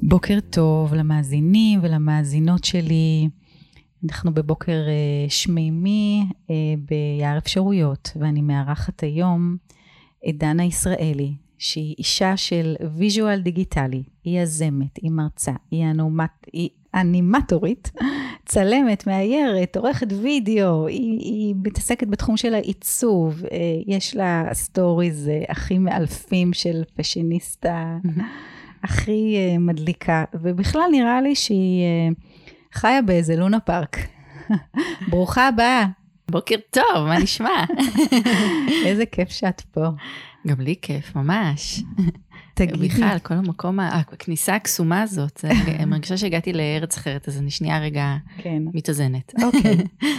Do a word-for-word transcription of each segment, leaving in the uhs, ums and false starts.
בוקר טוב למאזינים ולמאזינות שלי. אנחנו בבוקר שמימי ביער אפשרויות, ואני מארחת היום את דנה ישראלי, שהיא אישה של ויז'ואל דיגיטלי, היא יזמת, היא מרצה, היא, אנומט, היא אנימטורית, צלמת, מאיירת, עורכת וידאו, היא, היא מתעסקת בתחום של העיצוב, יש לה סטוריז הכי מאלפים של פשיניסטה, הכי מדליקה, ובכלל נראה לי שהיא חיה באיזה לונה פארק. ברוכה הבאה. בוקר טוב, מה נשמע? איזה כיף שאת פה. גם לי כיף, ממש. תגידי. בכלל, כל המקום, הכניסה הקסומה הזאת, אני מרגישה שהגעתי לארץ אחרת, אז אני שנייה רגע כן. מתאזנת. אוקיי.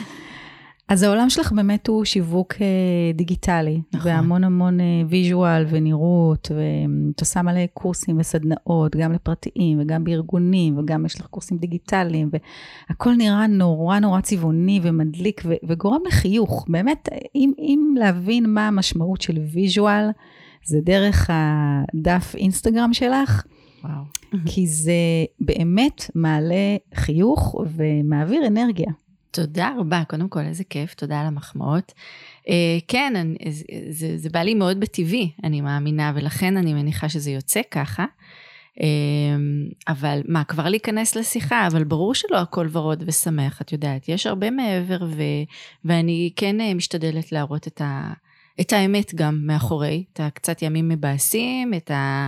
אז העולם שלך באמת הוא שיווק דיגיטלי, נכון. והמון המון ויז'ואל ונראות, ואת עושה מלא קורסים וסדנאות, גם לפרטיים וגם בארגונים, וגם יש לך קורסים דיגיטליים, והכל נראה נורא נורא צבעוני ומדליק, ו- וגורם לחיוך. באמת, אם, אם להבין מה המשמעות של ויז'ואל, זה דרך הדף אינסטגרם שלך, וואו. כי זה באמת מעלה חיוך ומעביר אנרגיה. תודה רבה, קודם כל, איזה כיף, תודה על המחמאות. Uh, כן, אני, זה, זה, זה בא לי מאוד בטבעי, אני מאמינה, ולכן אני מניחה שזה יוצא ככה. Uh, אבל מה, כבר להיכנס לשיחה, אבל ברור שלא הכל ורוד ושמח, את יודעת, יש הרבה מעבר, ו, ואני כן uh, משתדלת להראות את ה... את האמת גם מאחורי, את הקצת ימים מבאסים, את ה...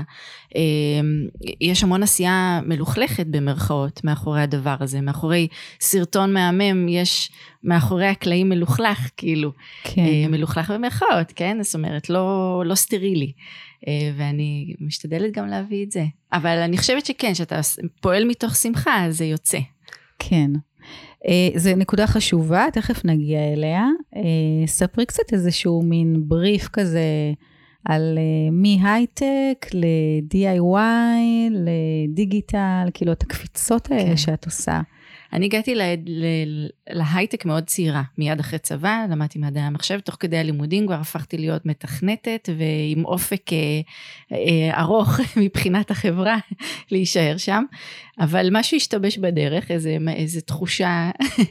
יש המון עשייה מלוכלכת במרכאות מאחורי הדבר הזה, מאחורי סרטון מהמם, יש מאחורי הקלעים מלוכלך, כאילו, כן. מלוכלך במרכאות, כן? זאת אומרת, לא, לא סטרילי, ואני משתדלת גם להביא את זה. אבל אני חושבת שכן, שאתה פועל מתוך שמחה, זה יוצא. כן. זו נקודה חשובה, תכף נגיע אליה. ספרי קצת איזשהו מין בריף כזה על מהייטק ל-די איי וואי, לדיגיטל, כאילו את הקפיצות האלה כן. שאת עושה. אני הגעתי לה, לה, להייטק מאוד צעירה, מיד אחרי צבא, למדתי מדעי המחשב, תוך כדי הלימודים כבר הפכתי להיות מתכנתת, ועם אופק אה, אה, ארוך מבחינת החברה להישאר שם, אבל משהו השתבש בדרך, איזה, איזה תחושה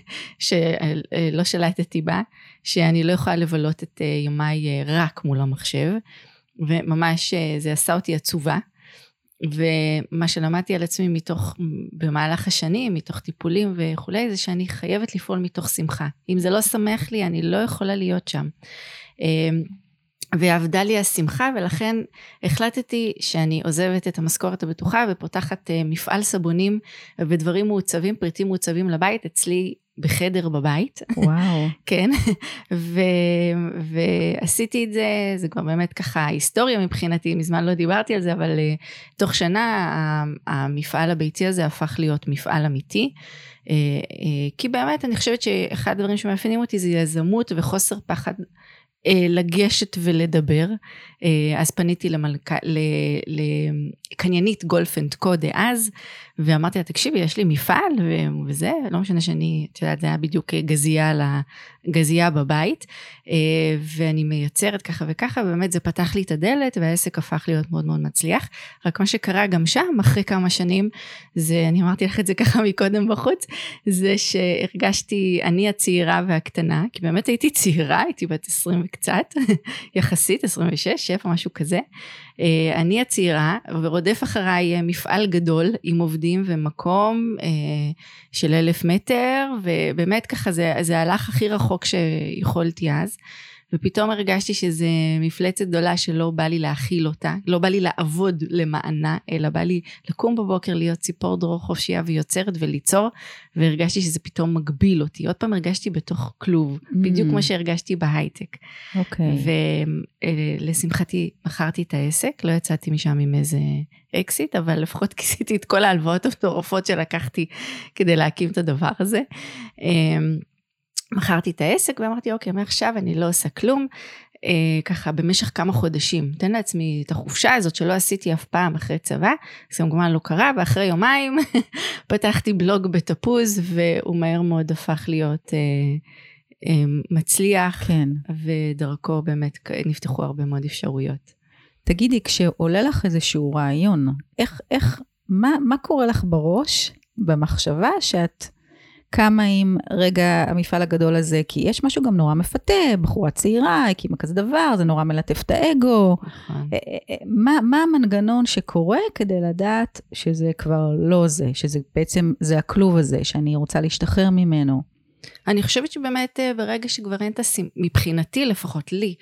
שלא שלטתי בה, שאני לא יכולה לבלות את ימיי רק מול המחשב, וממש זה עשה אותי עצובה, ומה שלמדתי על עצמי מתוך, במהלך השנים, מתוך טיפולים וכולי, זה שאני חייבת לפעול מתוך שמחה. אם זה לא שמח לי, אני לא יכולה להיות שם. ועבדה לי השמחה, ולכן החלטתי שאני עוזבת את המשכורת הבטוחה, ופותחת מפעל סבונים, ודברים מעוצבים, פריטים מעוצבים לבית, אצלי בחדר בבית. וואו. כן. ו, ועשיתי את זה, זה כבר באמת ככה היסטוריה מבחינתי, מזמן לא דיברתי על זה, אבל uh, תוך שנה המפעל הביתי הזה הפך להיות מפעל אמיתי, uh, uh, כי באמת אני חושבת שאחד הדברים שמאפיינים אותי זה יזמות וחוסר פחד, לגשת ולדבר, אז פניתי למלכה, לקניינית גולף אנד קו דאז, ואמרתי לה, תקשיבי, יש לי מפעל, וזה, לא משנה שאני, את יודעת, זה היה בדיוק גזייה, גזייה בבית, ואני מייצרת ככה וככה, ובאמת זה פתח לי את הדלת, והעסק הפך להיות מאוד מאוד מצליח, רק מה שקרה גם שם, אחרי כמה שנים, זה, אני אמרתי לך את זה ככה מקודם בחוץ, זה שהרגשתי, אני הצעירה והקטנה, כי באמת הייתי צעירה, הייתי בת עשרים וקצת, יחסית, עשרים ושש, שבע, משהו כזה, אני הצעירה, ורודף אחריי מפעל גדול, עם עובדים ומקום של אלף מטר, ובאמת ככה זה, זה הלך הכי רחוק שיכולתי אז, ופתאום הרגשתי שזה מפלצת גדולה שלא בא לי להכיל אותה, לא בא לי לעבוד למענה, אלא בא לי לקום בבוקר להיות ציפור דרור חופשייה ויוצרת וליצור, והרגשתי שזה פתאום מגביל אותי. עוד פעם הרגשתי בתוך כלוב, mm. בדיוק כמו שהרגשתי בהייטק. אוקיי. Okay. ולשמחתי מכרתי את העסק, לא יצאתי משם עם איזה אקסיט, אבל לפחות כיסיתי את כל ההלוואות המטורפות שלקחתי כדי להקים את הדבר הזה. מכרתי את העסק ואמרתי, אוקיי, מעכשיו אני לא עושה כלום, אה, ככה במשך כמה חודשים, תן לעצמי את החופשה הזאת שלא עשיתי אף פעם אחרי צבא, זה כמובן לא קרה, ואחרי יומיים פתחתי בלוג בתפוז, והוא מהר מאוד הפך להיות אה, אה, מצליח, כן. ודרכו באמת נפתחו הרבה מאוד אפשרויות. תגידי, כשעולה לך איזשהו רעיון, איך, איך מה, מה קורה לך בראש, במחשבה, שאת קמה עם רגע המפעל הגדול הזה, כי יש משהו גם נורא מפתה, בחורה צעירה, הקימה כזה דבר, זה נורא מלטף את האגו. נכון. מה, מה המנגנון שקורה כדי לדעת שזה כבר לא זה, שזה בעצם, זה הכלוב הזה, שאני רוצה להשתחרר ממנו? אני חושבת שבאמת ברגע שכבר אין את השמחה, מבחינתי לפחות לי,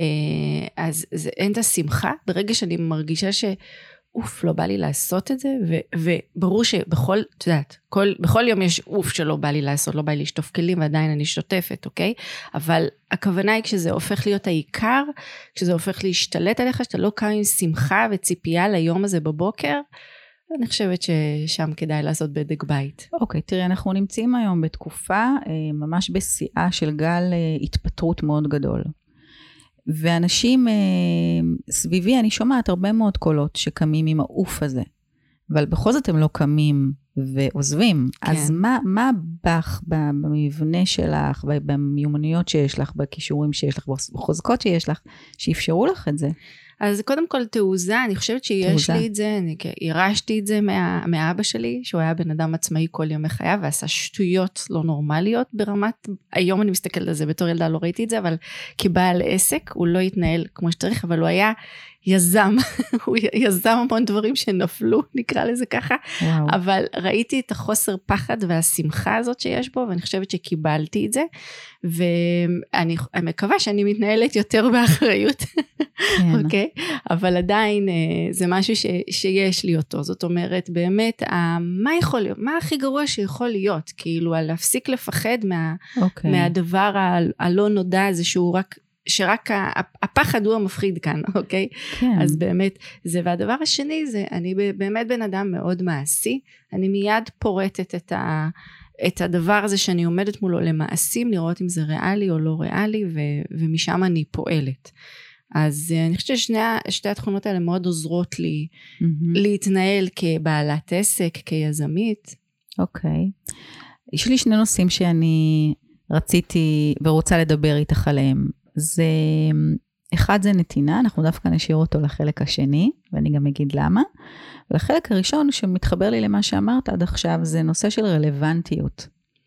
אז אין את השמחה, ברגע שאני מרגישה ש... אוף, לא בא לי לעשות את זה, ו- וברור שבכל, את יודעת, כל, בכל יום יש אוף שלא בא לי לעשות, לא בא לי לשטוף כלים, ועדיין אני שוטפת, אוקיי? אבל הכוונה היא כשזה הופך להיות העיקר, כשזה הופך להשתלט עליך, שאתה לא קם עם שמחה וציפייה ליום הזה בבוקר, אני חושבת ששם כדאי לעשות בדק בית. אוקיי, תראי, אנחנו נמצאים היום בתקופה, ממש בשיאה של גל התפטרות מאוד גדול. ואנשים אה, סביבי, אני שומעת הרבה מאוד קולות שקמים עם העוף הזה, אבל בכל זאת הם לא קמים ועוזבים. כן. אז מה, מה בך במבנה שלך, במיומנויות שיש לך, בכישורים שיש לך, בחוזקות שיש לך, שאפשרו לך את זה? אז קודם כל תעוזה, אני חושבת שיש תעוזה. לי את זה, אני ירשתי את זה מה, מאבא שלי, שהוא היה בן אדם עצמאי כל ימי חייו, ועשה שטויות לא נורמליות ברמת, היום אני מסתכלת על זה, בתור ילדה לא ראיתי את זה, אבל כבעל עסק, הוא לא התנהל כמו שצריך, אבל הוא היה יזם, הוא יזם המון דברים שנפלו, נקרא לזה ככה, וואו. אבל ראיתי את החוסר פחד והשמחה הזאת שיש בו, ואני חושבת שקיבלתי את זה, ואני מקווה שאני מתנהלת יותר באחריות, כן. אוקיי? אבל עדיין זה משהו ש, שיש לי אותו, זאת אומרת, באמת, מה יכול להיות, מה הכי גרוע שיכול להיות, כאילו, על להפסיק לפחד מה, אוקיי. מהדבר ה, הלא נודע הזה, שהוא רק, שרק הפחד הוא המפחיד כאן, אוקיי? כן. אז באמת, זה, והדבר השני זה, אני באמת בן אדם מאוד מעשי, אני מיד פורטת את ה... את הדבר הזה שאני עומדת מולו למעשים, לראות אם זה ריאלי או לא ריאלי, ו- ומשם אני פועלת. אז אני חושבת ששתי התכונות האלה מאוד עוזרות לי mm-hmm. להתנהל כבעלת עסק, כיזמית. אוקיי. Okay. יש לי שני נושאים שאני רציתי ורוצה לדבר איתך עליהם. זה, אחד זה נתינה, אנחנו דווקא נשאיר אותו לחלק השני, ואני גם אגיד למה. ולחלק הראשון שמתחבר לי למה שאמרת עד עכשיו, זה נושא של רלוונטיות.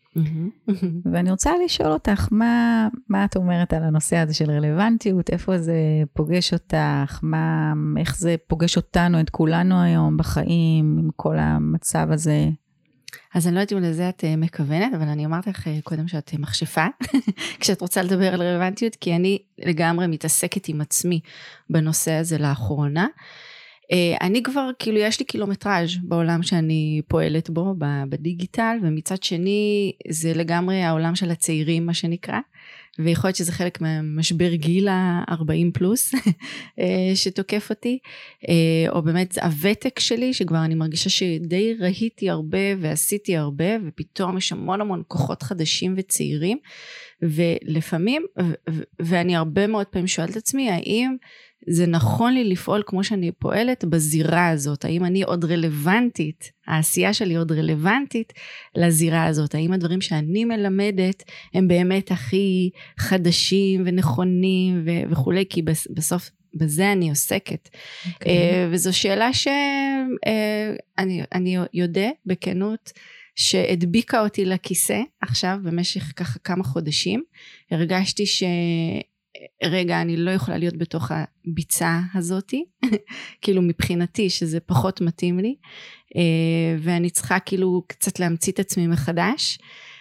ואני רוצה לשאול אותך, מה, מה את אומרת על הנושא הזה של רלוונטיות? איפה זה פוגש אותך? מה, איך זה פוגש אותנו, את כולנו היום בחיים, עם כל המצב הזה? אז אני לא יודעת אם לזה את מכוונת, אבל אני אמרת לך קודם שאת מכשפה, כשאת רוצה לדבר על רלוונטיות, כי אני לגמרי מתעסקת עם עצמי בנושא הזה לאחרונה. אני כבר, כאילו, יש לי קילומטראז' בעולם שאני פועלת בו, בדיגיטל, ומצד שני, זה לגמרי העולם של הצעירים, מה שנקרא, ויכול להיות שזה חלק מהמשבר גיל ה-ארבעים פלוס, שתוקף אותי, או באמת הוותק שלי, שכבר אני מרגישה שדי ראיתי הרבה, ועשיתי הרבה, ופתאום יש המון המון כוחות חדשים וצעירים, ולפעמים, ואני הרבה מאוד פעמים שואלת עצמי, האם זה נכון לי לפעול כמו שאני פועלת בזירה הזאת, האם אני עוד רלוונטית, העשייה שלי עוד רלוונטית לזירה הזאת, האם הדברים שאני מלמדת הם באמת הכי חדשים ונכונים ו- וכולי, כי בסוף בזה אני עוסקת. Okay. וזו שאלה שאני אני יודע בכנות, שהדביקה אותי לכיסא עכשיו במשך ככה כמה חודשים, הרגשתי ש... רגע, אני לא יכולה להיות בתוך הביצה הזאתי, כאילו מבחינתי שזה פחות מתאים לי, ואני צריכה כאילו קצת להמציא את עצמי מחדש,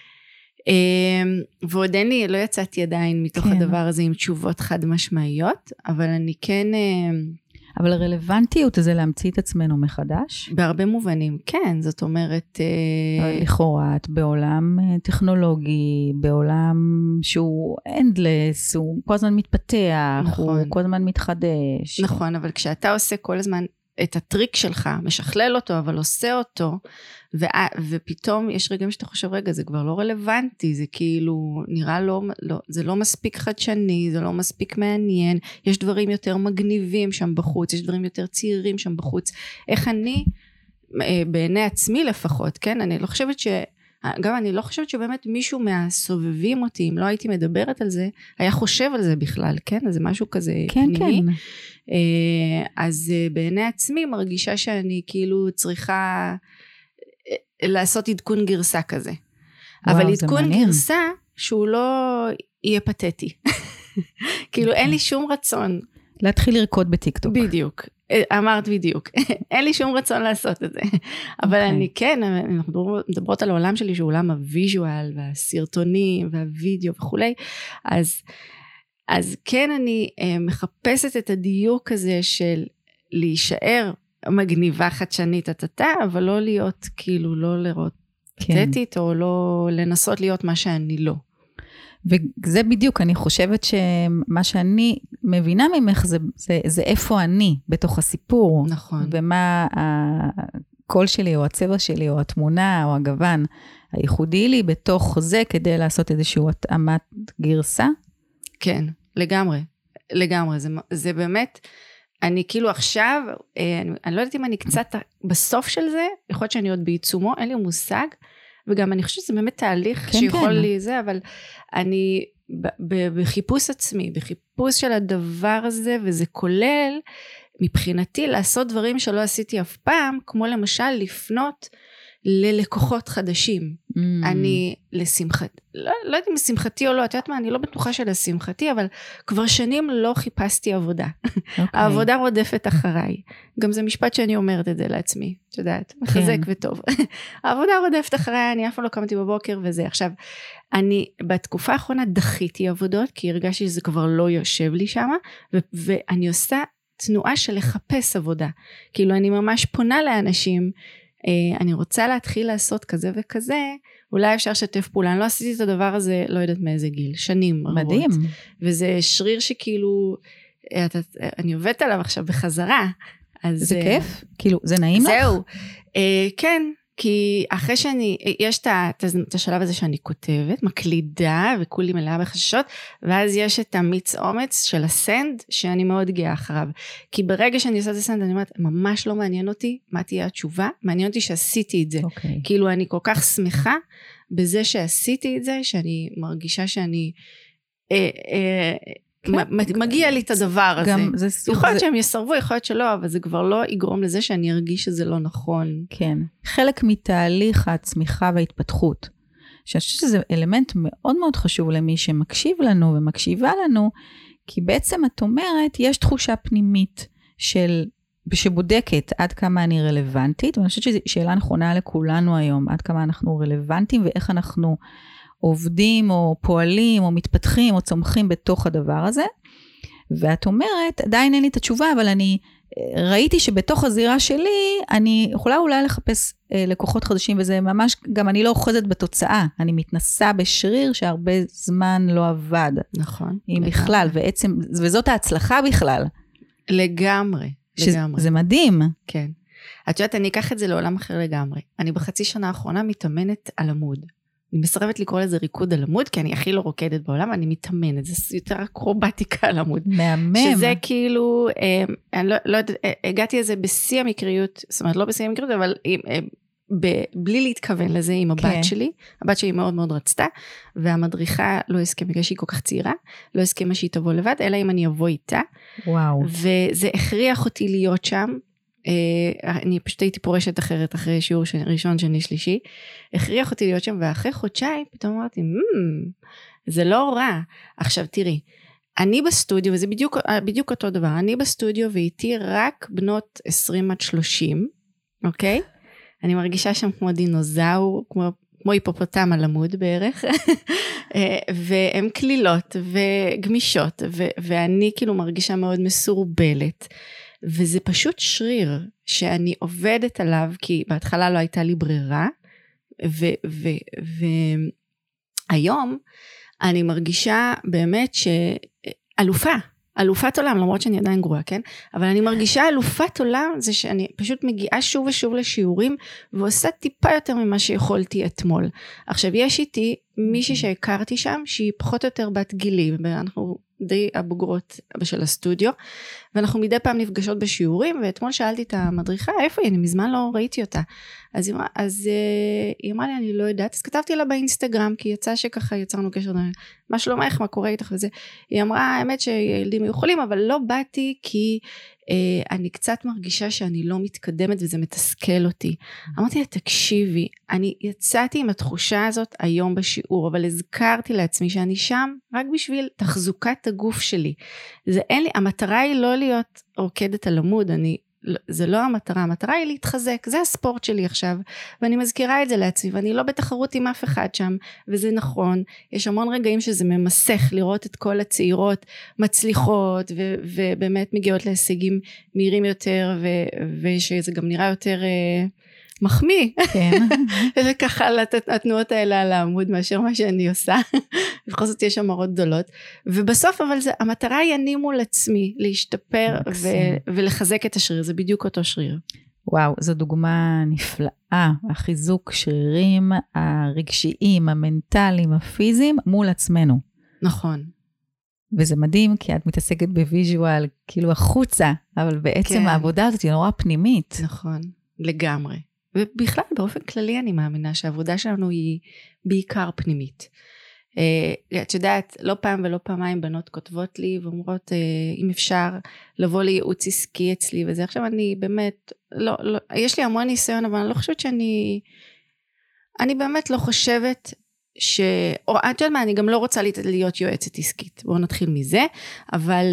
ועוד אין לי, לא יצאתי עדיין מתוך כן. הדבר הזה עם תשובות חד משמעיות, אבל אני כן... אבל הרלוונטיות זה להמציא את עצמנו מחדש? בהרבה מובנים, כן, זאת אומרת... לכאורה, את בעולם טכנולוגי, בעולם שהוא endless, הוא כל הזמן מתפתח, נכון. הוא כל הזמן מתחדש. נכון, אבל כשאתה עושה כל הזמן את הטריק שלך, משכלל אותו, אבל עושה אותו, ו- ופתאום יש רגעים שאתה חושב, רגע, זה כבר לא רלוונטי, זה כאילו נראה לא, לא, זה לא מספיק חדשני, זה לא מספיק מעניין, יש דברים יותר מגניבים שם בחוץ, יש דברים יותר צעירים שם בחוץ, איך אני, בעיני עצמי לפחות, כן, אני לא חושבת ש... גם אני לא חושבת שבאמת מישהו מהסובבים אותי, אם לא הייתי מדברת על זה, היה חושב על זה בכלל, כן? זה משהו כזה כן, פנימי. כן. אז בעיני עצמי מרגישה שאני כאילו צריכה לעשות עדכון גרסה כזה. וואו, אבל עדכון גרסה שהוא לא יהיה פתטי. כאילו אין לי שום רצון. להתחיל לרקוד בטיקטוק. בדיוק. אמרת בדיוק. אין לי שום רצון לעשות את זה. אבל אני כן, אנחנו מדברות על העולם שלי, שהוא עולם הוויז'ואל והסרטונים והווידאו וכולי. אז, אז כן אני מחפשת את הדיוק הזה של להישאר מגניבה חדשנית התתה, אבל לא להיות כאילו לא לראות פתטית, או לא לנסות להיות מה שאני לא. וזה בדיוק, אני חושבת שמה שאני מבינה ממך, זה, זה, זה איפה אני בתוך הסיפור. נכון. ומה הקול שלי, או הצבע שלי, או התמונה, או הגוון הייחודי לי בתוך זה, כדי לעשות איזשהו התאמת גרסה. כן, לגמרי. לגמרי. זה, זה באמת, אני כאילו עכשיו, אני, אני לא יודעת אם אני קצת בסוף של זה, יכול להיות שאני עוד בעיצומו, אין לי מושג, וגם אני חושבת שזה באמת תהליך כן, שיכול כן. לי זה, אבל אני בחיפוש עצמי, בחיפוש של הדבר הזה, וזה כולל מבחינתי לעשות דברים שלא עשיתי אף פעם, כמו למשל לפנות ללקוחות חדשים. Mm. אני לשמחתי, לא, לא יודעת אם לשמחתי או לא, את יודעת מה, אני לא בטוחה של לשמחתי, אבל כבר שנים לא חיפשתי עבודה. Okay. העבודה רודפת אחריי. גם זה משפט שאני אומרת את זה לעצמי, את יודעת, מחזק כן. וטוב. העבודה רודפת אחריי, אני אף פעם לא קמתי בבוקר וזה. עכשיו, אני בתקופה האחרונה דחיתי עבודות, כי הרגשתי שזה כבר לא יושב לי שם, ו- ואני עושה תנועה של לחפש עבודה. כאילו אני ממש פונה לאנשים, אני רוצה להתחיל לעשות כזה וכזה, אולי אפשר לשתף פעולה, אני לא עשיתי את הדבר הזה, לא יודעת מאיזה גיל, שנים רבות. מדהים. וזה שריר שכאילו, את, אני עובדת עליו עכשיו בחזרה. אז, זה כיף? כאילו, זה נעים לך? זהו, כן, כי אחרי שאני, יש את השלב הזה שאני כותבת, מקלידה, וכולי מלאה בחששות, ואז יש את המיץ אומץ של הסנד, שאני מאוד גאה אחריו. כי ברגע שאני עושה את הסנד, אני אומרת, ממש לא מעניין אותי, מה תהיה התשובה? מעניין אותי שעשיתי את זה. Okay. כאילו, אני כל כך שמחה בזה שעשיתי את זה, שאני מרגישה שאני... אה, אה, כן. מגיע לי את הדבר הזה. יכול להיות שהם יסרבו, יכול להיות שלא, אבל זה כבר לא יגרום לזה שאני ארגיש שזה לא נכון. כן. חלק מתהליך הצמיחה וההתפתחות, שאני חושבת שזה אלמנט מאוד מאוד חשוב למי שמקשיב לנו ומקשיבה לנו, כי בעצם את אומרת, יש תחושה פנימית של, שבודקת עד כמה אני רלוונטית, ואני חושבת שזו שאלה נכונה לכולנו היום, עד כמה אנחנו רלוונטיים ואיך אנחנו עובדים או פועלים או מתפתחים או צומחים בתוך הדבר הזה, ואת אומרת, עדיין אין לי את התשובה, אבל אני ראיתי שבתוך הזירה שלי, אני יכולה אולי לחפש אה, לקוחות חדשים, וזה ממש, גם אני לא אוחזת בתוצאה, אני מתנסה בשריר שהרבה זמן לא עבד. נכון. אם לגמרי. בכלל, ועצם, וזאת ההצלחה בכלל. לגמרי, שזה, לגמרי. זה מדהים. כן. את יודעת, אני אקח את זה לעולם אחר לגמרי. אני בחצי שנה האחרונה מתאמנת על עמוד. אני מסרבת לקרוא לזה ריקוד על עמוד, כי אני הכי לא רוקדת בעולם, אני מתאמנת, זה יותר אקרובטיקה על עמוד. מהמם. שזה כאילו, אה, אני לא, לא יודעת, הגעתי לזה בשיא המקריות, זאת אומרת, לא בשיא המקריות, אבל אה, ב, בלי להתכוון לזה עם הבת כן. שלי, הבת שלי מאוד מאוד רצתה, והמדריכה לא הסכימה, בגלל שהיא כל כך צעירה, לא הסכימה שהיא תבוא לבד, אלא אם אני אבוא איתה. וואו. וזה הכריח אותי להיות שם, אני פשוט הייתי פורשת אחרת אחרי שיעור ראשון, שני, שלישי, הכריח אותי להיות שם, ואחרי חודשיים פתאום אמרתי, זה לא רע. עכשיו תראי, אני בסטודיו, וזה בדיוק, בדיוק אותו דבר, אני בסטודיו ואיתי רק בנות עשרים עד שלושים, אוקיי? אני מרגישה שם כמו דינוזאור, כמו, כמו היפופוטם על עמוד בערך, והן כלילות וגמישות, ו- ואני כאילו מרגישה מאוד מסורבלת, וזה פשוט שריר שאני עובדת עליו, כי בהתחלה לא הייתה לי ברירה, והיום אני מרגישה באמת שאלופה, אלופת עולם, למרות שאני עדיין גרועה, כן? אבל אני מרגישה אלופת עולם, זה שאני פשוט מגיעה שוב ושוב לשיעורים, ועושה טיפה יותר ממה שיכולתי אתמול. עכשיו, יש איתי מישהי שהכרתי שם, שהיא פחות או יותר בת גילי, ואנחנו די הבוגרות של הסטודיו, ואנחנו מדי פעם נפגשות בשיעורים, ואתמול שאלתי את המדריכה, איפה היא? אני מזמן לא ראיתי אותה. אז, היא, אז uh, היא אמרה לי, אני לא יודעת, אז כתבתי לה באינסטגרם, כי יצא שככה יצרנו קשר, מה שלומך, מה קורה איתך וזה. היא אמרה, האמת שילדים היו חולים, אבל לא באתי, כי uh, אני קצת מרגישה שאני לא מתקדמת, וזה מתסכל אותי. אמרתי לה, תקשיבי, אני יצאתי עם התחושה הזאת היום בשיעור, אבל הזכרתי לעצמי שאני שם, רק בשביל תחזוקת הגוף שלי. זה אין לי, המטרה היא לא להיות רוקדת על עמוד, אני, זה לא המטרה, המטרה היא להתחזק, זה הספורט שלי עכשיו, ואני מזכירה את זה לעצמי, ואני לא בתחרות עם אף אחד שם, וזה נכון, יש המון רגעים שזה ממסך, לראות את כל הצעירות מצליחות, ו- ובאמת מגיעות להישגים מהירים יותר, ו- ושזה גם נראה יותר מחמיא, כן. וככה התנועות האלה על העמוד, מאשר מה שאני עושה, בכל זאת יש המרות גדולות, ובסוף אבל זה, המטרה היא אני מול עצמי, להשתפר ו- ולחזק את השריר, זה בדיוק אותו שריר. וואו, זו דוגמה נפלאה, החיזוק שרירים הרגשיים, המנטליים, הפיזיים, מול עצמנו. נכון. וזה מדהים, כי את מתעסקת בוויז'ואל, כאילו החוצה, אבל בעצם כן. העבודה הזאת היא נורא פנימית. נכון, לגמרי. ובכלל, באופן כללי אני מאמינה שהעבודה שלנו היא בעיקר פנימית. את יודעת, לא פעם ולא פעמיים בנות כותבות לי ואומרות, אם אפשר לבוא לייעוץ עסקי אצלי וזה. עכשיו אני באמת, לא, לא, יש לי המון ניסיון, אבל אני לא חושבת שאני, אני באמת לא חושבת ש, או את יודעת מה, אני גם לא רוצה להיות יועצת עסקית. בואו נתחיל מזה, אבל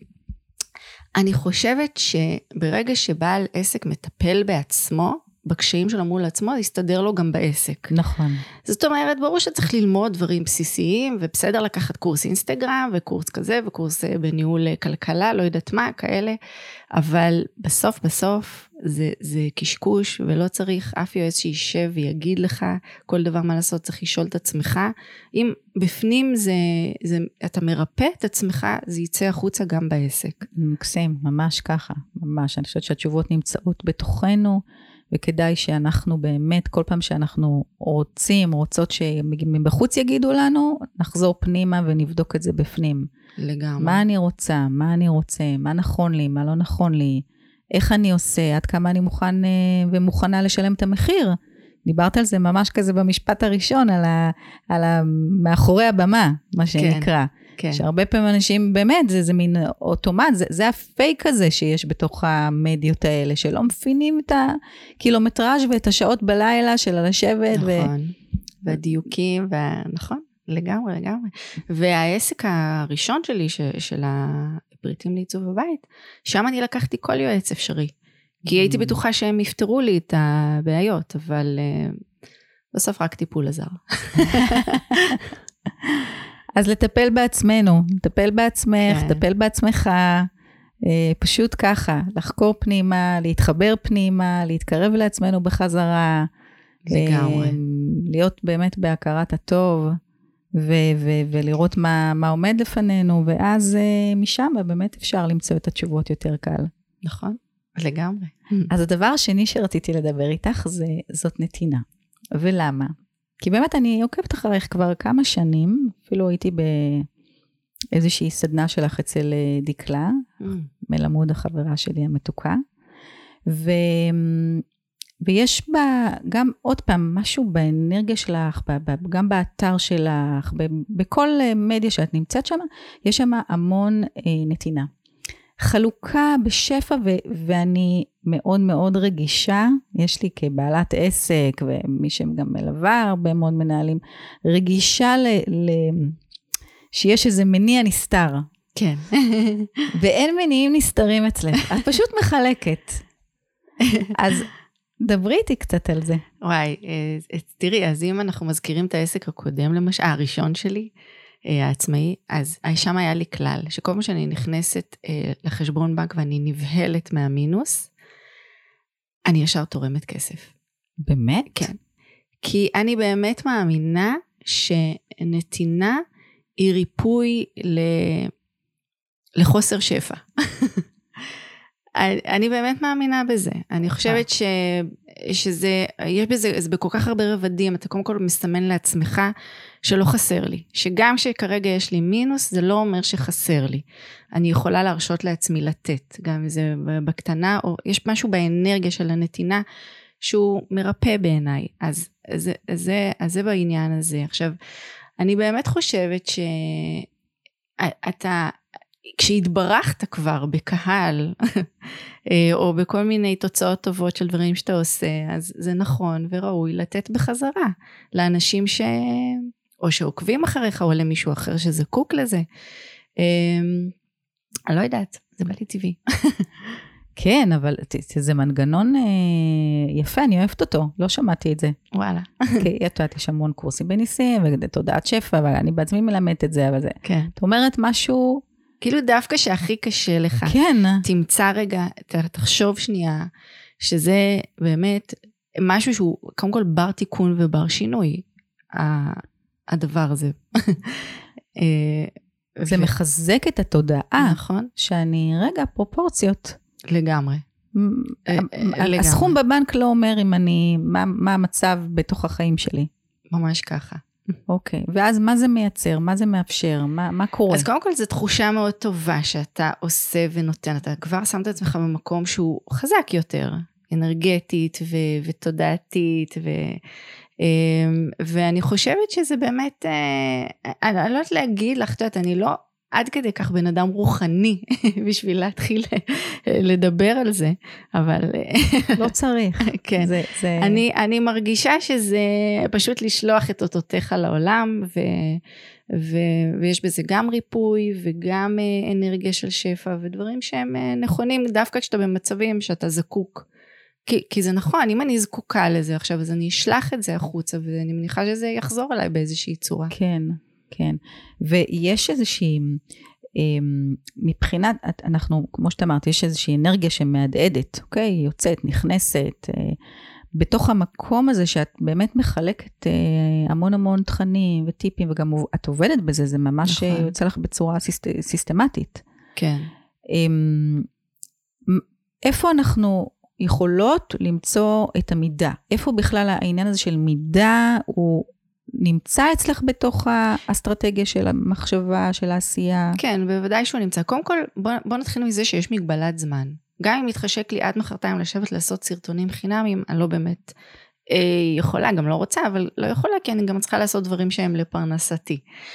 אני חושבת שברגע שבעל עסק מטפל בעצמו, בקשיים שלו מול עצמו, יסתדר לו גם בעסק. נכון. זאת אומרת, ברור שצריך ללמוד דברים בסיסיים, ובסדר לקחת קורס אינסטגרם, וקורס כזה, וקורס בניהול כלכלה, לא יודעת מה, כאלה, אבל בסוף בסוף, זה, זה קשקוש, ולא צריך אף יועץ שישב ויגיד לך, כל דבר מה לעשות, צריך לשאול את עצמך. אם בפנים זה, זה, אתה מרפא את עצמך, זה יצא החוצה גם בעסק. מקסים, ממש ככה, ממש. אני חושבת שהתשובות נמצאות בתוכנו, וכדאי שאנחנו באמת, כל פעם שאנחנו רוצים, רוצות שמבחוץ יגידו לנו, נחזור פנימה ונבדוק את זה בפנים. לגמרי. מה אני רוצה, מה אני רוצה, מה נכון לי, מה לא נכון לי, איך אני עושה, עד כמה אני מוכן ומוכנה לשלם את המחיר. דיברת על זה ממש כזה במשפט הראשון, על, ה, על ה, מאחורי הבמה, מה שנקרא. כן. שהרבה פעמים אנשים, באמת, זה, זה מין אוטומט, זה, זה הפייק הזה שיש בתוך המדיות האלה, שלא מפינים את הקילומטראז' ואת השעות בלילה של לשבת. נכון, ו... והדיוקים, ו... נכון, לגמרי, לגמרי. והעסק הראשון שלי, ש... של הפריטים לעיצוב הבית, שם אני לקחתי כל יועץ אפשרי. כי הייתי בטוחה שהם יפתרו לי את הבעיות, אבל uh, בסוף רק טיפול עזר. אז לטפל בעצמנו, לטפל בעצמך, כן. לטפל בעצמך, פשוט ככה, לחקור פנימה, להתחבר פנימה, להתקרב לעצמנו בחזרה, לגמרי. להיות באמת בהכרת הטוב, ו- ו- ולראות מה, מה עומד לפנינו, ואז משם באמת אפשר למצוא את התשובות יותר קל. נכון, לגמרי. אז הדבר השני שרציתי לדבר איתך, זה, זאת נתינה. ולמה? כי באמת אני עוקבת אחריך כבר כמה שנים, אפילו הייתי באיזושהי סדנה שלך אצל דיקלה, mm. מלמוד החברה שלי המתוקה, ו... ויש בה גם עוד פעם משהו באנרגיה שלך, גם באתר שלך, בכל מדיה שאת נמצאת שם, יש שם המון נתינה. חלוקה בשפע, ו- ואני מאוד מאוד רגישה, יש לי כבעלת עסק, ומי שגם מלווה הרבה מאוד מנהלים, רגישה ל- ל- שיש איזה מניע נסתר. כן. ואין מניעים נסתרים אצלך, את פשוט מחלקת. אז דברי איתי קצת על זה. וואי, תראי, אז אם אנחנו מזכירים את העסק הקודם, למשל, הראשון שלי, העצמאי, אז שם היה לי כלל, שכל פעם שאני נכנסת אה, לחשבון בנק ואני נבהלת מהמינוס, אני ישר תורמת כסף. באמת? כן. כי אני באמת מאמינה שנתינה היא ריפוי ל... לחוסר שפע. אני באמת מאמינה בזה. אני חושבת ש, שזה, יש בזה, זה בכל כך הרבה רבדים, אתה קודם כל מסמן לעצמך שלא חסר לי. שגם שכרגע יש לי מינוס, זה לא אומר שחסר לי. אני יכולה להרשות לעצמי לתת, גם אם זה בקטנה, או יש משהו באנרגיה של הנתינה, שהוא מרפא בעיניי. אז זה, זה, אז זה בעניין הזה. עכשיו, אני באמת חושבת שאתה, כשהתברכת כבר בקהל, או בכל מיני תוצאות טובות של דברים שאתה עושה, אז זה נכון וראוי לתת בחזרה לאנשים ש... או שעוקבים אחריך, או למישהו אחר שזקוק לזה. אני לא יודעת, זה בא לי טבעי. כן, אבל זה מנגנון יפה, אני אוהבת אותו, לא שמעתי את זה. וואלה. כי את יודעת, יש המון קורסים בניסים, ותודעת שפע, ואני בעצמי מלמדת את זה, אבל זה. כן. את אומרת משהו... כאילו דווקא שהכי קשה לך. כן. תמצא רגע, תחשוב שנייה, שזה באמת משהו שהוא, קודם כל בר תיקון ובר שינוי, הדבר הזה. זה מחזק את התודעה. נכון. שאני, רגע, פרופורציות. לגמרי. הסכום בבנק לא אומר אם אני, מה המצב בתוך החיים שלי. ממש ככה. אוקיי, ואז מה זה מייצר? מה זה מאפשר? מה, מה קורה? אז קודם כל זו תחושה מאוד טובה שאתה עושה ונותן. אתה כבר שמת את עצמך במקום שהוא חזק יותר, אנרגטית ו- ותודעתית ו... ואני חושבת שזה באמת, אני לא יודעת להגיד לך, את יודעת, אני לא עד כדי כך בן אדם רוחני בשביל להתחיל לדבר על זה, אבל... לא צריך. כן. זה, זה... אני, אני מרגישה שזה פשוט לשלוח את אותותיך לעולם, ו, ו, ויש בזה גם ריפוי, וגם אנרגיה של שפע, ודברים שהם נכונים, דווקא כשאתה במצבים שאתה זקוק. כי, כי זה נכון, אם אני זקוקה לזה עכשיו, אז אני אשלח את זה החוצה, ואני מניחה שזה יחזור אליי באיזושהי צורה. כן. כן, ויש איזושהי, מבחינת, אנחנו, כמו שאתה אמרת, יש איזושהי אנרגיה שמהדהדת, אוקיי? יוצאת, נכנסת, בתוך המקום הזה שאת באמת מחלקת המון המון תכנים וטיפים, וגם את עובדת בזה, זה ממש נכון. יוצא לך בצורה סיסטמטית. כן. איפה אנחנו יכולות למצוא את המידה? איפה בכלל העניין הזה של מידה הוא... נמצא אצלך בתוך האסטרטגיה של המחשבה, של העשייה? כן, בוודאי שהוא נמצא. קודם כל, בוא, בוא נתחיל מזה שיש מגבלת זמן. גם אם מתחשק לי עד מחרתיים לשבת לעשות סרטונים חינמים, אני לא באמת אה, יכולה, גם לא רוצה, אבל לא יכולה, כי אני גם צריכה לעשות דברים שהם לפרנסתי.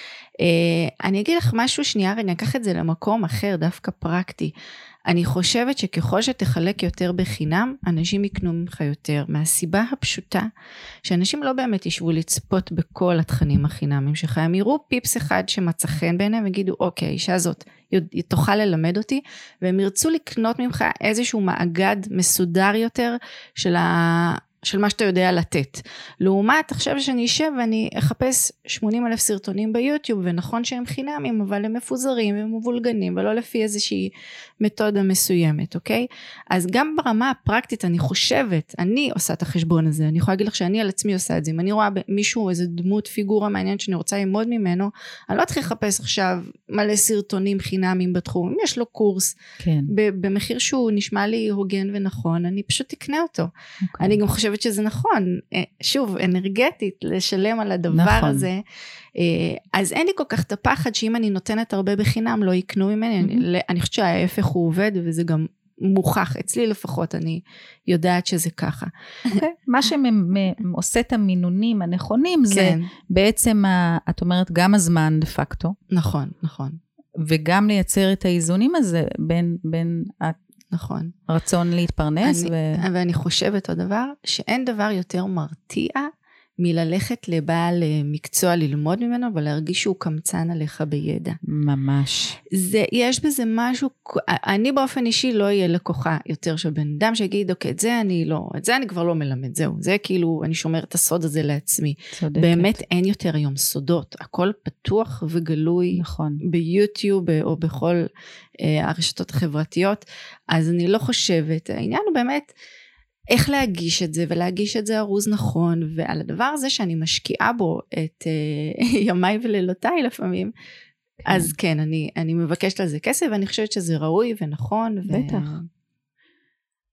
אה, אני אגיד לך משהו שנייה, רגע, אקח את זה למקום אחר, דווקא פרקטי. אני חושבת שככל שתחלק יותר בחינם, אנשים יקנו ממך יותר, מהסיבה הפשוטה, שאנשים לא באמת ישבו לצפות בכל התכנים החינמים שלך, הם יראו פיפס אחד שמצא חן בעיניהם, ויגידו, אוקיי, האישה הזאת תוכל ללמד אותי, והם ירצו לקנות ממך איזשהו מאגד מסודר יותר, של ה... של מה שאתה יודע לתת. לעומת, עכשיו שאני אשב ואני אחפש שמונים אלף סרטונים ביוטיוב, ונכון שהם חינמים, אבל הם מפוזרים, הם מבולגנים, ולא לפי איזושהי מתודה מסוימת, אוקיי? אז גם ברמה הפרקטית, אני חושבת, אני עושה את החשבון הזה, אני יכולה להגיד לך שאני על עצמי עושה את זה, אם אני רואה מישהו, איזה דמות, פיגורה מעניינת, שאני רוצה ללמוד ממנו, אני לא אתחיל לחפש עכשיו מלא סרטונים חינמים בתחום, אם יש לו קורס, כן. במחיר שהוא נשמע לי הוגן ונכון, אני פשוט תקנה אותו. אוקיי. אני גם חושבת שזה נכון, שוב, אנרגטית, לשלם על הדבר נכון. הזה, אז אין לי כל כך את הפחד, שאם אני נותנת הרבה בחינם, לא יקנו ממני, mm-hmm. אני, אני חושבת שההפך הוא עובד, וזה גם מוכח, אצלי לפחות, אני יודעת שזה ככה. Okay. מה שעושה את המינונים הנכונים, כן. זה בעצם, את אומרת, גם הזמן דה פקטו. נכון, נכון. וגם לייצר את האיזונים הזה, בין, בין נכון. רצון להתפרנס. אני, ו... ואני חושבת עוד דבר, שאין דבר יותר מרתיע, מללכת לבעל מקצוע ללמוד ממנו, ולהרגיש שהוא קמצן עליך בידע. ממש. זה, יש בזה משהו, אני באופן אישי לא אהיה לקוחה יותר של בן אדם, שיגיד, אוקיי, את זה אני לא, את זה אני כבר לא מלמד, זהו, זה כאילו, אני שומר את הסוד הזה לעצמי. צודקת. באמת אין יותר היום סודות, הכל פתוח וגלוי, נכון. ביוטיוב, או בכל אה, הרשתות החברתיות, אז אני לא חושבת, העניין הוא באמת, איך להגיש את זה, ולהגיש את זה ארוז נכון, ועל הדבר הזה שאני משקיעה בו את uh, ימיי ולילותיי לפעמים, כן. אז כן, אני, אני מבקשת על זה כסף, ואני חושבת שזה ראוי ונכון. בטח. ו...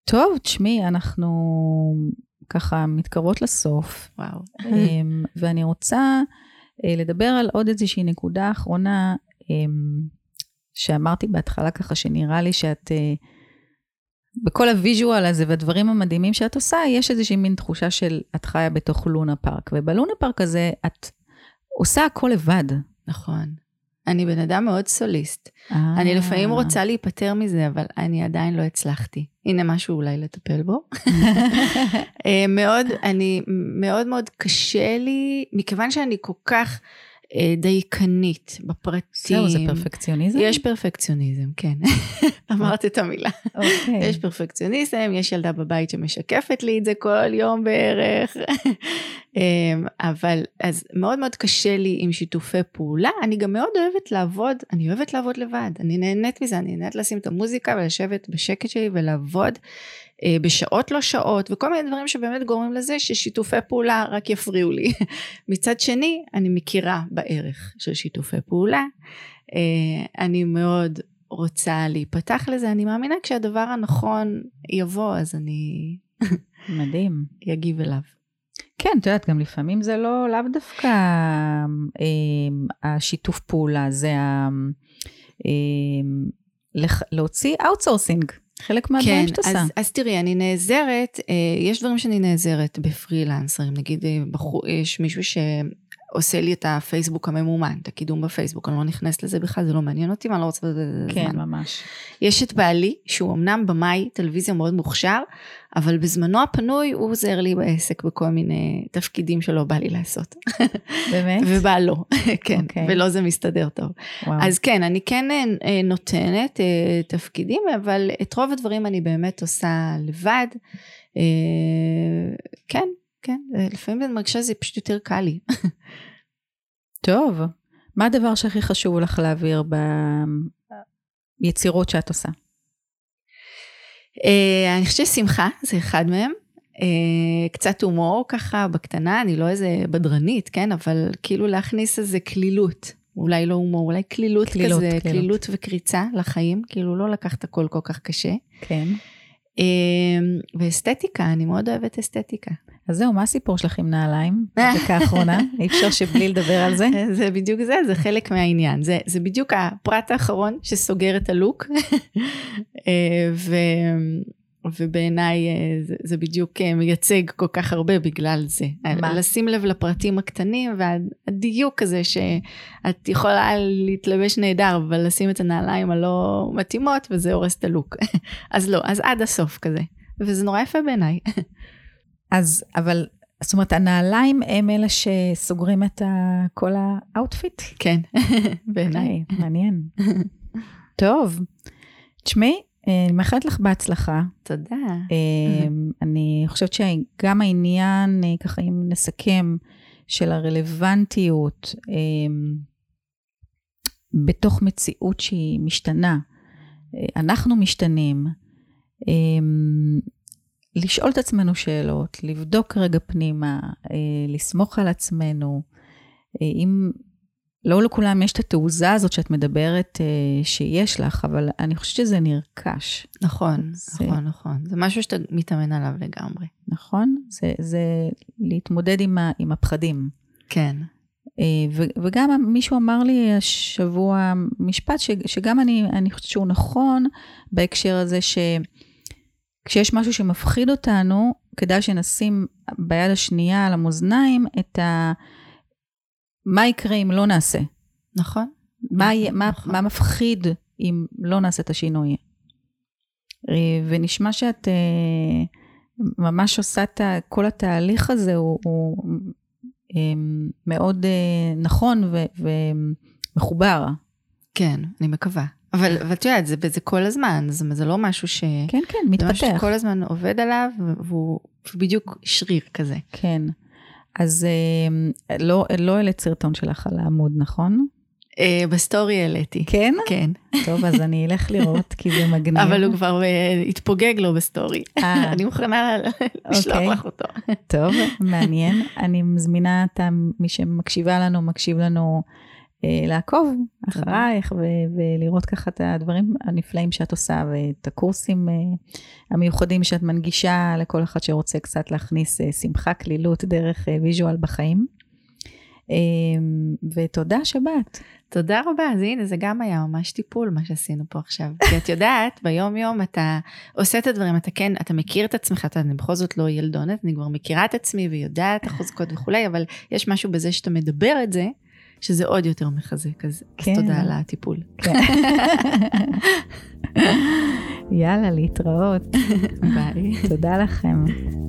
טוב, תשמעי, אנחנו ככה מתקרבות לסוף. וואו. ואני רוצה לדבר על עוד איזושהי נקודה אחרונה, שאמרתי בהתחלה ככה, שנראה לי שאת, בכל הוויז'ואל הזה והדברים המדהימים שאת עושה, יש איזושהי מין תחושה של את חיה בתוך לונה פארק, ובלונה פארק הזה את עושה הכל לבד. נכון. אני בן אדם מאוד סוליסט. אני לפעמים רוצה להיפטר מזה, אבל אני עדיין לא הצלחתי. הנה משהו אולי לטפל בו. מאוד, אני, מאוד מאוד קשה לי, מכיוון שאני כל כך דייקנית בפרטים. זהו, זה פרפקציוניזם? יש פרפקציוניזם, כן. אמרת את המילה. יש פרפקציוניזם, יש ילדה בבית שמשקפת לי את זה כל יום בערך. אבל אז מאוד מאוד קשה לי עם שיתופי פעולה. אני גם מאוד אוהבת לעבוד, אני אוהבת לעבוד לבד. אני נהנית מזה, אני נהנית לשים את המוזיקה ולשבת בשקט שלי ולעבוד בשעות לא שעות, וכל מיני דברים שבאמת גורמים לזה ששיתופי פעולה רק יפריעו לי. מצד שני, אני מכירה בערך של שיתופי פעולה, אני מאוד רוצה להיפתח לזה, אני מאמינה כשהדבר הנכון יבוא, אז אני מדהים. יגיב אליו. כן, את יודעת, גם לפעמים זה לא, לאו דווקא השיתוף פעולה, זה להוציא אאוטסורסינג. חלק מהדברים שאתה עושה. אז, אז תראי, אני נעזרת, יש דברים שאני נעזרת בפרילנסרים, נגיד יש מישהו שעושה לי את הפייסבוק הממומן, את הקידום בפייסבוק, אני לא נכנסת לזה בכלל, זה לא מעניין אותי, אני לא רוצה לזה כן, זמן. ממש. יש את בעלי, שהוא אמנם במאי טלוויזיה מאוד מוכשר, אבל בזמנו הפנוי הוא עוזר לי בעסק בכל מיני תפקידים שלא בא לי לעשות. באמת? ובא לא, כן, okay. ולא זה מסתדר טוב. וואו. אז כן, אני כן נותנת תפקידים, אבל את רוב הדברים אני באמת עושה לבד. כן, כן, לפעמים אני מרגישה שזה פשוט יותר קל לי. טוב, מה הדבר שהכי חשוב לך להעביר ביצירות שאת עושה? אני חושבת ששמחה, זה אחד מהם. קצת הומור ככה בקטנה, אני לא איזה בדרנית, כן? אבל כאילו להכניס איזה כלילות. אולי לא הומור, אולי כלילות כזה, כלילות וקריצה לחיים. כאילו לא לקחת הכל כל כך קשה. כן. ואסתטיקה, אני מאוד אוהבת אסתטיקה. אז זהו, מה הסיפור שלך עם נעליים? בדקה האחרונה, אי אפשר שבלי לדבר על זה? זה בדיוק זה, זה חלק מהעניין. זה, זה בדיוק הפרט האחרון שסוגר את הלוק. ו, ובעיניי זה, זה בדיוק מייצג כל כך הרבה בגלל זה. מה? לשים לב לפרטים הקטנים, והדיוק הזה שאת יכולה להתלבש נהדר, אבל לשים את הנעליים הלא מתאימות, וזה הורס את הלוק. אז לא, אז עד הסוף כזה. וזה נורא יפה בעיניי. אז, אבל, זאת אומרת, הנעליים הם אלה שסוגרים את כל האוטפיט? כן, בעיניי. מעניין. טוב, תשמעי, אני מאחלת לך בהצלחה. תודה. אני חושבת שגם העניין, ככה אם נסכם, של הרלוונטיות, בתוך מציאות שהיא משתנה, אנחנו משתנים, לשאול את עצמנו שאלות, לבדוק רגע פנימה, לסמוך על עצמנו, אם לא לכולם יש את התעוזה הזאת שאת מדברת שיש לך, אבל אני חושבת שזה נרכש. נכון, זה, נכון, נכון. זה משהו שאתה מתאמן עליו לגמרי. נכון? זה, זה להתמודד עם, ה, עם הפחדים. כן. ו, וגם מישהו אמר לי השבוע משפט, ש, שגם אני, אני חושבת שהוא נכון, בהקשר הזה ש... כשיש משהו שמפחיד אותנו, כדאי שנשים ביד השנייה על המאזניים את ה... מה יקרה אם לא נעשה? נכון. מה, מה, נכון. מה מפחיד אם לא נעשה את השינוי? ונשמע שאת ממש עושה את כל התהליך הזה, הוא, הוא מאוד נכון ו, ומחובר. כן, אני מקווה. אבל, אבל את יודעת, זה, זה כל הזמן, זה, זה לא משהו ש... כן, כן, מתפתח. זה משהו שכל הזמן עובד עליו, והוא בדיוק שריר כזה. כן. אז לא, לא העלית סרטון שלך על העמוד, נכון? בסטורי העליתי. כן? כן. טוב, אז אני אלך לראות, כי זה מגניב. אבל הוא כבר התפוגג לו בסטורי. אני מוכנה לשלוח לך אותו. טוב, מעניין. אני מזמינה את מי שמקשיבה לנו, מקשיב לנו, לעקוב אחרייך ולראות ככה את הדברים הנפלאים שאת עושה, ואת הקורסים המיוחדים שאת מנגישה לכל אחד שרוצה קצת להכניס שמחה, כלילות דרך ויז'ואל בחיים. ותודה שבאת. תודה רבה, אז הנה זה גם היה ממש טיפול מה שעשינו פה עכשיו, כי את יודעת ביום יום אתה עושה את הדברים, אתה כן, אתה מכיר את עצמך, אתה בכל זאת לא ילדונת, אני כבר מכירה את עצמי ויודעת החוזקות וכולי, אבל יש משהו בזה שאתה מדבר את זה, שזה עוד יותר מחזק, אז, כן. אז תודה על הטיפול. כן. יאללה, להתראות. ביי. תודה לכם.